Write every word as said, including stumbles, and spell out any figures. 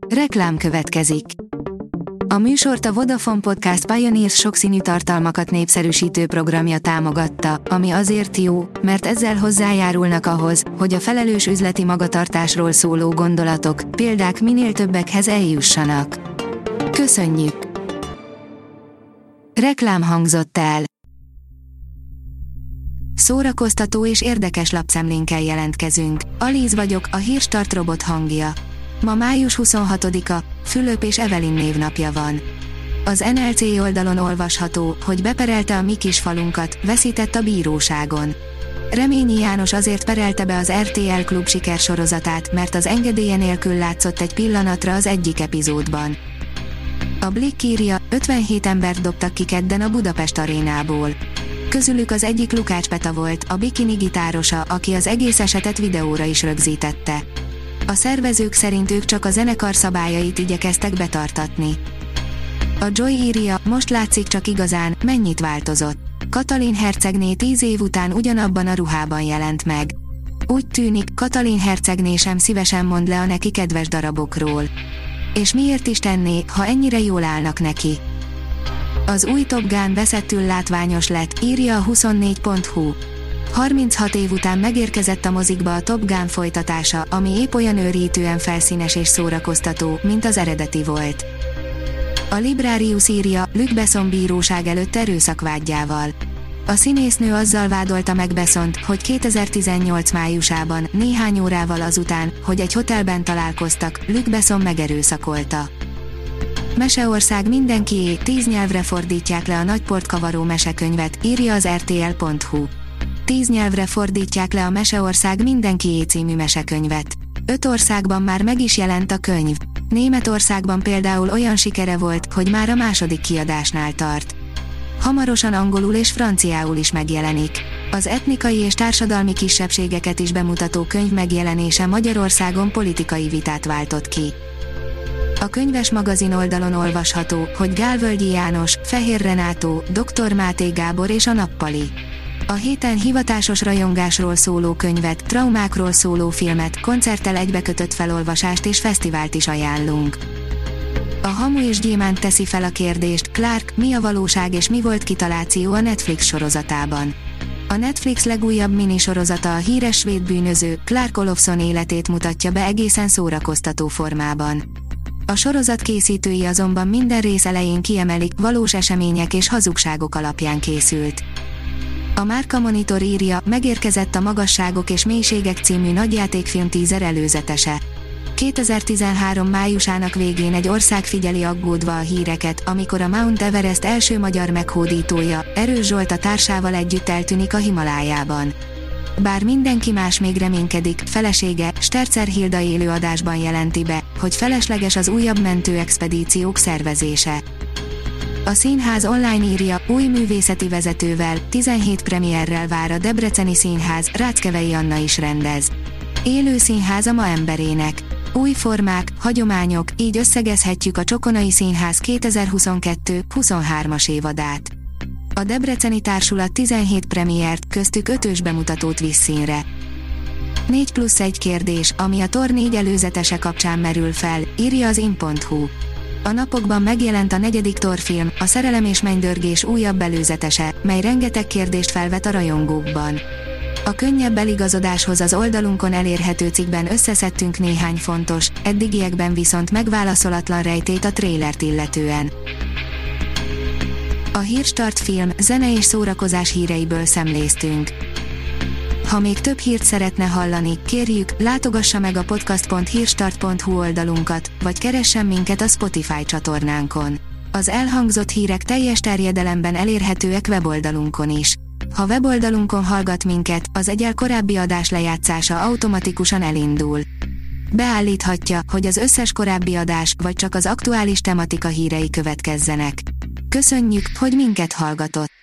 Reklám következik. A műsort a Vodafone Podcast Pioneers sokszínű tartalmakat népszerűsítő programja támogatta, ami azért jó, mert ezzel hozzájárulnak ahhoz, hogy a felelős üzleti magatartásról szóló gondolatok, példák minél többekhez eljussanak. Köszönjük! Reklám hangzott el. Szórakoztató és érdekes lapszemlénkkel jelentkezünk. Alíz vagyok, a Hírstart robot hangja. Ma május huszonhatodika, Fülöp és Evelyn névnapja van. Az en el cé oldalon olvasható, hogy beperelte a mi kis falunkat, veszített a bíróságon. Reményi János azért perelte be az er té el Klub sikersorozatát, mert az engedélye nélkül látszott egy pillanatra az egyik epizódban. A Blick írja, ötvenhét embert dobtak ki kedden a Budapest arénából. Közülük az egyik Lukács Peta volt, a bikini gitárosa, aki az egész esetet videóra is rögzítette. A szervezők szerint ők csak a zenekar szabályait igyekeztek betartatni. A Joy írja, most látszik csak igazán, mennyit változott. Katalin hercegné tíz év után ugyanabban a ruhában jelent meg. Úgy tűnik, Katalin hercegné sem szívesen mond le a neki kedves darabokról. És miért is tenné, ha ennyire jól állnak neki? Az új Top Gun veszettül látványos lett, írja a huszonnégy pont hu. harminchat év után megérkezett a mozikba a Top Gun folytatása, ami épp olyan őrítően felszínes és szórakoztató, mint az eredeti volt. A Librarius írja, Luc Besson bíróság előtt erőszakvádjával. A színésznő azzal vádolta meg Bessont, hogy kétezer-tizennyolc májusában, néhány órával azután, hogy egy hotelben találkoztak, Luc Besson megerőszakolta. Meseország mindenkié, tíz nyelvre fordítják le a nagyportkavaró mesekönyvet, írja az er té el pont hu. Tíz nyelvre fordítják le a Meseország mindenkié című mesekönyvet. Öt országban már meg is jelent a könyv. Németországban például olyan sikere volt, hogy már a második kiadásnál tart. Hamarosan angolul és franciául is megjelenik. Az etnikai és társadalmi kisebbségeket is bemutató könyv megjelenése Magyarországon politikai vitát váltott ki. A Könyves magazin oldalon olvasható, hogy Gálvölgyi János, Fehér Renátó, doktor Máté Gábor és a Nappali. A héten hivatásos rajongásról szóló könyvet, traumákról szóló filmet, koncerttel egybekötött felolvasást és fesztivált is ajánlunk. A Hamu és Gyémánt teszi fel a kérdést, Clark, mi a valóság és mi volt kitaláció a Netflix sorozatában. A Netflix legújabb minisorozata a híres svéd bűnöző, Clark Olofsson életét mutatja be egészen szórakoztató formában. A sorozat készítői azonban minden rész elején kiemelik, valós események és hazugságok alapján készült. A Márka Monitor írja, megérkezett a Magasságok és Mélységek című nagyjátékfilm teaser előzetese. kétezer-tizenhárom májusának végén egy ország figyeli aggódva a híreket, amikor a Mount Everest első magyar meghódítója, Erős Zsolt a társával együtt eltűnik a Himalájában. Bár mindenki más még reménykedik, felesége, Sterzer Hilda élő adásban jelenti be, hogy felesleges az újabb mentőexpedíciók szervezése. A Színház online írja, új művészeti vezetővel, tizenhét premierrel vár a Debreceni Színház, Ráckevei Anna is rendez. Élő színház a ma emberének. Új formák, hagyományok, így összegezhetjük a Csokonai Színház kétezer-huszonkettő-huszonhármas évadát. A Debreceni Társulat tizenhét premiért, köztük ötös bemutatót visz színre. négy plusz egy kérdés, ami a Thor négy előzetese kapcsán merül fel, írja az in pont hu. A napokban megjelent a negyedik Thor film, a Szerelem és mennydörgés újabb előzetese, mely rengeteg kérdést felvet a rajongókban. A könnyebb eligazodáshoz az oldalunkon elérhető cikkben összeszedtünk néhány fontos, eddigiekben viszont megválaszolatlan rejtélyt a trélert illetően. A Hírstart film, zene és szórakozás híreiből szemléztünk. Ha még több hírt szeretne hallani, kérjük, látogassa meg a podcast pont hírstart pont hu oldalunkat, vagy keressen minket a Spotify csatornánkon. Az elhangzott hírek teljes terjedelemben elérhetőek weboldalunkon is. Ha weboldalunkon hallgat minket, az egyel korábbi adás lejátszása automatikusan elindul. Beállíthatja, hogy az összes korábbi adás, vagy csak az aktuális tematika hírei következzenek. Köszönjük, hogy minket hallgatott!